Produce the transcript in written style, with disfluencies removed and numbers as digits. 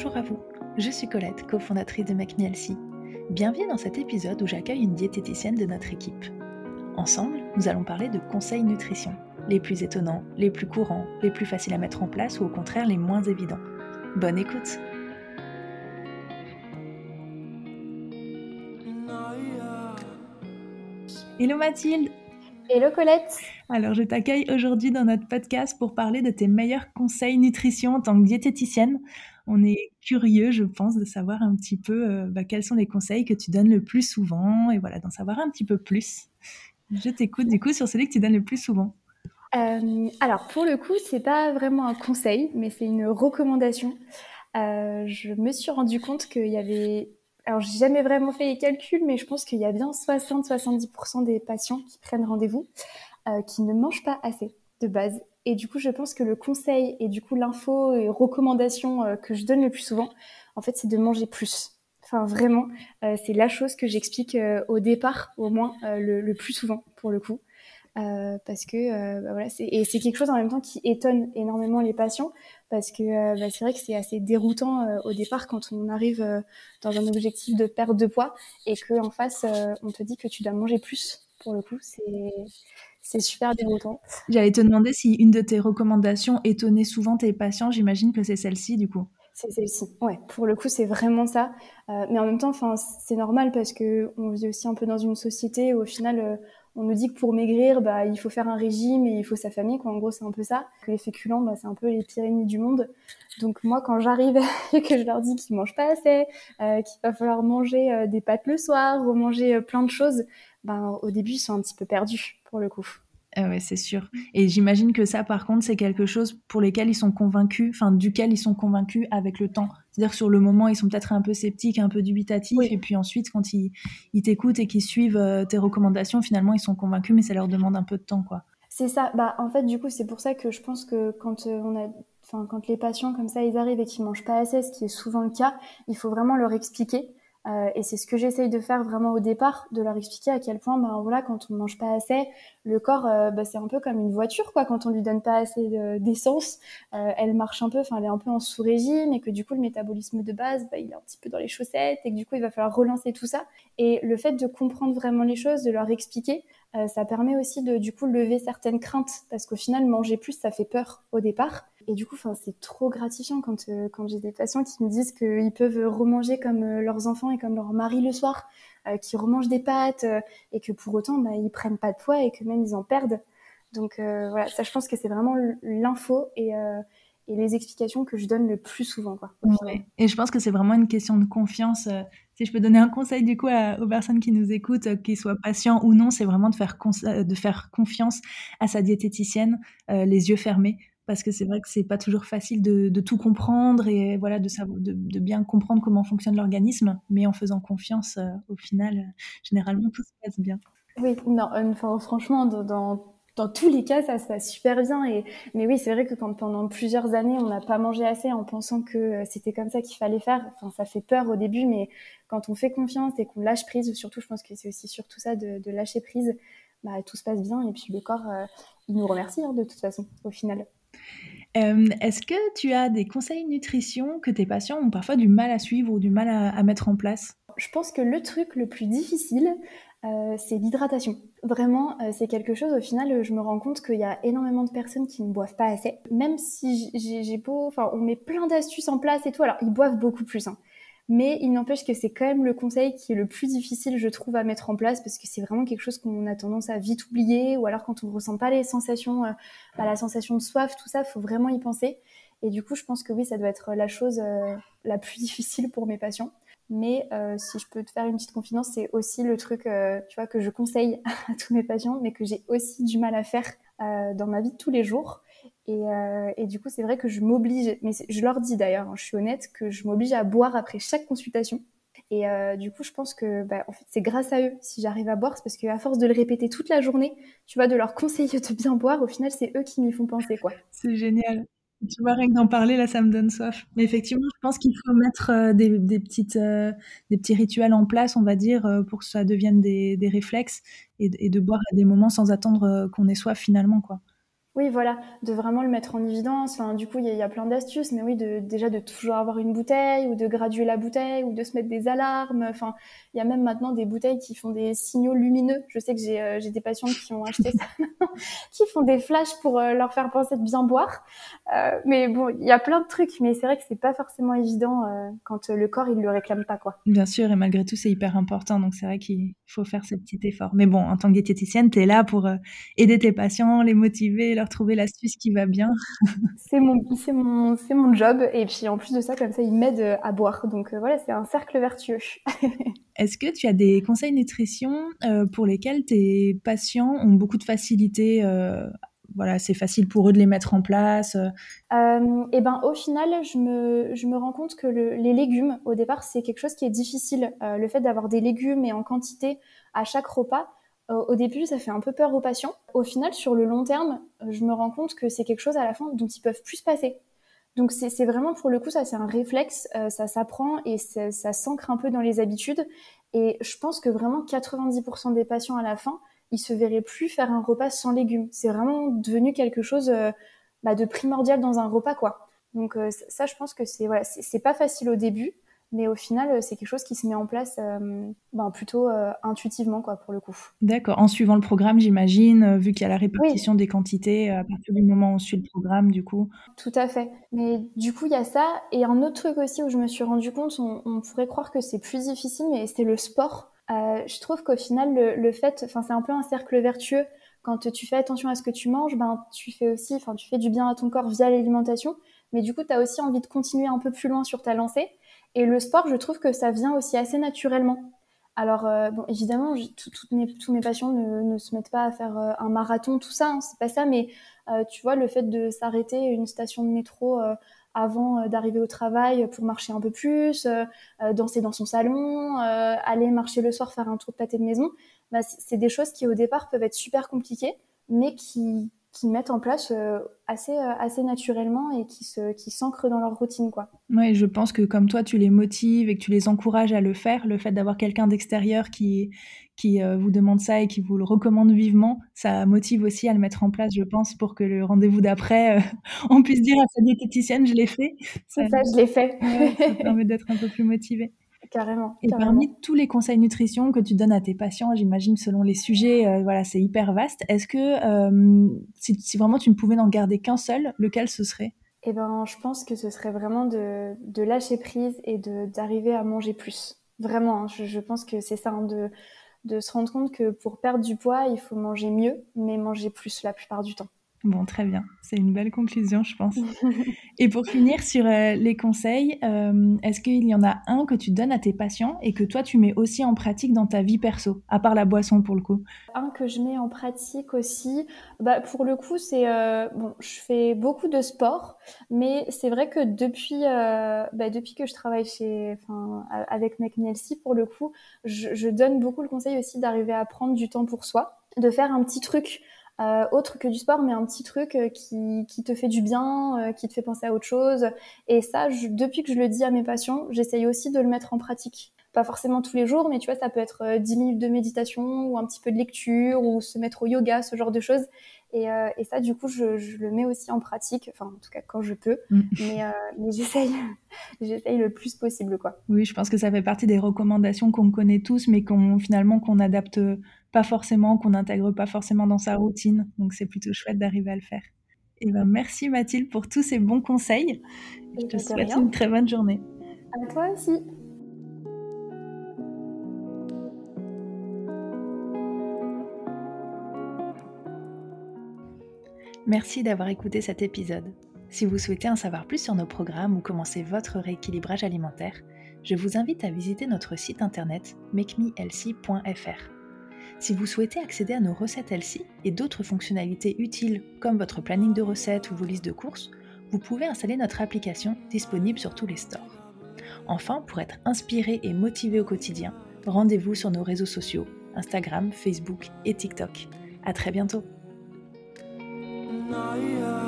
Bonjour à vous, je suis Colette, cofondatrice de Make Me Healthy. Bienvenue dans cet épisode où j'accueille une diététicienne de notre équipe. Ensemble, nous allons parler de conseils nutrition, les plus étonnants, les plus courants, les plus faciles à mettre en place ou au contraire les moins évidents. Bonne écoute! Hello Mathilde! Hello Colette! Alors je t'accueille aujourd'hui dans notre podcast pour parler de tes meilleurs conseils nutrition en tant que diététicienne. On est curieux, je pense, de savoir un petit peu quels sont les conseils que tu donnes le plus souvent et voilà, d'en savoir un petit peu plus. Je t'écoute du coup sur celui que tu donnes le plus souvent. Alors pour le coup, c'est pas vraiment un conseil, mais c'est une recommandation. Je me suis rendu compte qu'il y avait... Alors j'ai jamais vraiment fait les calculs, mais je pense qu'il y a bien 60-70% des patients qui prennent rendez-vous qui ne mangent pas assez de base. Et du coup, je pense que le conseil et du coup l'info et recommandation que je donne le plus souvent, en fait, c'est de manger plus. Enfin, vraiment, c'est la chose que j'explique au départ, au moins le plus souvent, pour le coup. Parce que voilà, c'est quelque chose en même temps qui étonne énormément les patients parce que c'est vrai que c'est assez déroutant au départ quand on arrive dans un objectif de perte de poids et que en face on te dit que tu dois manger plus. Pour le coup, c'est super déroutant. J'allais te demander si une de tes recommandations étonnait souvent tes patients. J'imagine que c'est celle-ci du coup. C'est celle-ci. Ouais, pour le coup, c'est vraiment ça. Mais en même temps, enfin, c'est normal parce que on vit aussi un peu dans une société où au final, on nous dit que pour maigrir, bah, il faut faire un régime et il faut s'affamer, quoi. En gros, c'est un peu ça. Que les féculents, bah, c'est un peu les pires ennemis du monde. Donc moi, quand j'arrive et que je leur dis qu'ils mangent pas assez, qu'il va falloir manger des pâtes le soir, ou manger plein de choses, ben, au début, ils sont un petit peu perdus, pour le coup. Ah ouais, c'est sûr. Et j'imagine que ça, par contre, c'est quelque chose pour lesquels ils sont convaincus, enfin, duquel ils sont convaincus avec le temps. C'est-à-dire sur le moment, ils sont peut-être un peu sceptiques, un peu dubitatifs, et Oui. puis ensuite, quand ils t'écoutent et qu'ils suivent tes recommandations, finalement, ils sont convaincus, mais ça leur demande un peu de temps, quoi. C'est ça. Bah, en fait, du coup, c'est pour ça que je pense que quand les patients comme ça, ils arrivent et qu'ils mangent pas assez, ce qui est souvent le cas, il faut vraiment leur expliquer. Et c'est ce que j'essaye de faire vraiment au départ, de leur expliquer à quel point, ben voilà, quand on mange pas assez, le corps, c'est un peu comme une voiture, quoi. Quand on lui donne pas assez d'essence, elle marche un peu, enfin, elle est un peu en sous-régime, et que du coup, le métabolisme de base, bah, il est un petit peu dans les chaussettes, et que du coup, il va falloir relancer tout ça. Et le fait de comprendre vraiment les choses, de leur expliquer, ça permet aussi de du coup lever certaines craintes parce qu'au final manger plus ça fait peur au départ et du coup c'est trop gratifiant quand j'ai des patients qui me disent qu'ils peuvent remanger comme leurs enfants et comme leur mari le soir, qui remangent des pâtes et que pour autant bah, ils prennent pas de poids et que même ils en perdent. Donc voilà, ça je pense que c'est vraiment l'info et les explications que je donne le plus souvent quoi au final. Ouais. Et je pense que c'est vraiment une question de confiance. Si je peux donner un conseil du coup aux personnes qui nous écoutent, qu'ils soient patients ou non, c'est vraiment de faire confiance à sa diététicienne, les yeux fermés. Parce que c'est vrai que c'est pas toujours facile de tout comprendre et voilà, de bien comprendre comment fonctionne l'organisme. Mais en faisant confiance, au final, généralement, tout se passe bien. Oui, non, enfin, franchement, dans tous les cas, ça se passe super bien. Mais oui, c'est vrai que quand pendant plusieurs années, on n'a pas mangé assez en pensant que c'était comme ça qu'il fallait faire, enfin, ça fait peur au début, mais quand on fait confiance et qu'on lâche prise, surtout, je pense que c'est aussi surtout ça de lâcher prise, bah, tout se passe bien. Et puis le corps, il nous remercie hein, de toute façon, au final. Est-ce que tu as des conseils nutrition que tes patients ont parfois du mal à suivre ou du mal à mettre en place? Je pense que le truc le plus difficile, c'est l'hydratation. Vraiment, c'est quelque chose au final, je me rends compte qu'il y a énormément de personnes qui ne boivent pas assez. Même si j'ai beau enfin, on met plein d'astuces en place et tout, alors ils boivent beaucoup plus, hein. Mais il n'empêche que c'est quand même le conseil qui est le plus difficile, je trouve, à mettre en place parce que c'est vraiment quelque chose qu'on a tendance à vite oublier ou alors quand on ne ressent pas les sensations, la sensation de soif, tout ça, faut vraiment y penser. Et du coup, je pense que oui, ça doit être la chose, la plus difficile pour mes patients. Mais si je peux te faire une petite confidence, c'est aussi le truc, tu vois, que je conseille à tous mes patients, mais que j'ai aussi du mal à faire dans ma vie de tous les jours. Et du coup, c'est vrai que je m'oblige, mais je leur dis d'ailleurs, hein, je suis honnête, que je m'oblige à boire après chaque consultation. Et du coup, je pense que bah, en fait, c'est grâce à eux si j'arrive à boire, c'est parce qu'à force de le répéter toute la journée, tu vois, de leur conseiller de bien boire, au final, c'est eux qui m'y font penser, quoi. C'est génial. Tu vois, rien que d'en parler, là, ça me donne soif. Mais effectivement, je pense qu'il faut mettre des petits rituels en place, on va dire, pour que ça devienne des réflexes et de boire à des moments sans attendre qu'on ait soif finalement, quoi. Oui, voilà, de vraiment le mettre en évidence. Enfin, du coup, il y a plein d'astuces, mais oui, déjà de toujours avoir une bouteille ou de graduer la bouteille ou de se mettre des alarmes. Enfin, il y a même maintenant des bouteilles qui font des signaux lumineux. Je sais que j'ai des patientes qui ont acheté ça maintenant, qui font des flashs pour leur faire penser de bien boire. Mais bon, il y a plein de trucs, mais c'est vrai que c'est pas forcément évident quand le corps il le réclame pas, quoi. Bien sûr, et malgré tout, c'est hyper important, donc c'est vrai qu'il faut faire ce petit effort. Mais bon, en tant que diététicienne, tu es là pour, aider tes patients, les motiver, leur trouver l'astuce qui va bien. C'est mon job. Et puis en plus de ça, comme ça, il m'aide à boire. Donc voilà, c'est un cercle vertueux. Est-ce que tu as des conseils nutrition, pour lesquels tes patients ont beaucoup de facilité, voilà, c'est facile pour eux de les mettre en place, Et ben, au final, je me rends compte que les légumes, au départ, c'est quelque chose qui est difficile. Le fait d'avoir des légumes et en quantité à chaque repas, au début, ça fait un peu peur aux patients. Au final, sur le long terme, je me rends compte que c'est quelque chose à la fin dont ils peuvent plus se passer. Donc c'est vraiment pour le coup, ça c'est un réflexe, ça s'apprend et ça s'ancre un peu dans les habitudes. Et je pense que vraiment 90% des patients à la fin, ils se verraient plus faire un repas sans légumes. C'est vraiment devenu quelque chose de primordial dans un repas, quoi. Donc ça, je pense que c'est pas facile au début, mais au final, c'est quelque chose qui se met en place plutôt intuitivement, quoi, pour le coup. d'accord, en suivant le programme, j'imagine, vu qu'il y a la Oui, répartition des quantités, à partir du moment où on suit le programme, du coup. tout à fait. Mais du coup, il y a ça. Et un autre truc aussi où je me suis rendu compte, on pourrait croire que c'est plus difficile, mais c'est le sport. Je trouve qu'au final, le fait, enfin, c'est un peu un cercle vertueux. Quand tu fais attention à ce que tu manges, ben, tu fais du bien à ton corps via l'alimentation. Mais du coup, tu as aussi envie de continuer un peu plus loin sur ta lancée. Et le sport, je trouve que ça vient aussi assez naturellement. Alors, bon, évidemment, tous mes patients ne se mettent pas à faire un marathon, tout ça, hein, c'est pas ça, mais tu vois, le fait de s'arrêter à une station de métro avant d'arriver au travail pour marcher un peu plus, danser dans son salon, aller marcher le soir, faire un tour de pâté de maison, bah, c'est des choses qui au départ peuvent être super compliquées, mais qui mettent en place assez naturellement et qui s'ancrent dans leur routine, quoi. Ouais, je pense que comme toi, tu les motives et que tu les encourages à le faire, le fait d'avoir quelqu'un d'extérieur qui vous demande ça et qui vous le recommande vivement, ça motive aussi à le mettre en place, je pense, pour que le rendez-vous d'après, on puisse dire à sa diététicienne: «Je l'ai fait». Ça C'est ça, je l'ai fait. ouais, ça permet d'être un peu plus motivé. Carrément, Et parmi carrément. tous les conseils nutrition que tu donnes à tes patients, j'imagine selon les sujets, voilà, c'est hyper vaste. Est-ce que, si vraiment tu ne pouvais n'en garder qu'un seul, lequel ce serait? Eh ben, je pense que ce serait vraiment de lâcher prise et d'arriver à manger plus. Vraiment, hein, je pense que c'est ça, hein, de se rendre compte que pour perdre du poids, il faut manger mieux, mais manger plus la plupart du temps. Bon, très bien, c'est une belle conclusion, je pense. Et pour finir sur, les conseils, est-ce qu'il y en a un que tu donnes à tes patients et que toi tu mets aussi en pratique dans ta vie perso? À part la boisson pour le coup. Un que je mets en pratique aussi, bah, pour le coup, c'est bon, je fais beaucoup de sport, mais c'est vrai que depuis que je travaille avec McMielsi, pour le coup, je donne beaucoup le conseil aussi d'arriver à prendre du temps pour soi, de faire un petit truc autre que du sport, mais un petit truc qui te fait du bien, qui te fait penser à autre chose. Et ça, depuis que je le dis à mes patients, j'essaye aussi de le mettre en pratique. Pas forcément tous les jours, mais tu vois, ça peut être 10 minutes de méditation ou un petit peu de lecture ou se mettre au yoga, ce genre de choses. Et ça, du coup, je le mets aussi en pratique, enfin, en tout cas, quand je peux. Mmh. Mais j'essaye, j'essaye le plus possible, quoi. Oui, je pense que ça fait partie des recommandations qu'on connaît tous, mais qu'on n'adapte, pas forcément, qu'on n'intègre pas forcément dans sa routine. Donc c'est plutôt chouette d'arriver à le faire. Et ben, merci Mathilde pour tous ces bons conseils. Je Et te bah, de souhaite rien. une très bonne journée. À toi aussi. Merci d'avoir écouté cet épisode. Si vous souhaitez en savoir plus sur nos programmes ou commencer votre rééquilibrage alimentaire, je vous invite à visiter notre site internet makemehealthy.fr. Si vous souhaitez accéder à nos recettes Healthy et d'autres fonctionnalités utiles comme votre planning de recettes ou vos listes de courses, vous pouvez installer notre application disponible sur tous les stores. Enfin, pour être inspiré et motivé au quotidien, rendez-vous sur nos réseaux sociaux, Instagram, Facebook et TikTok. À très bientôt!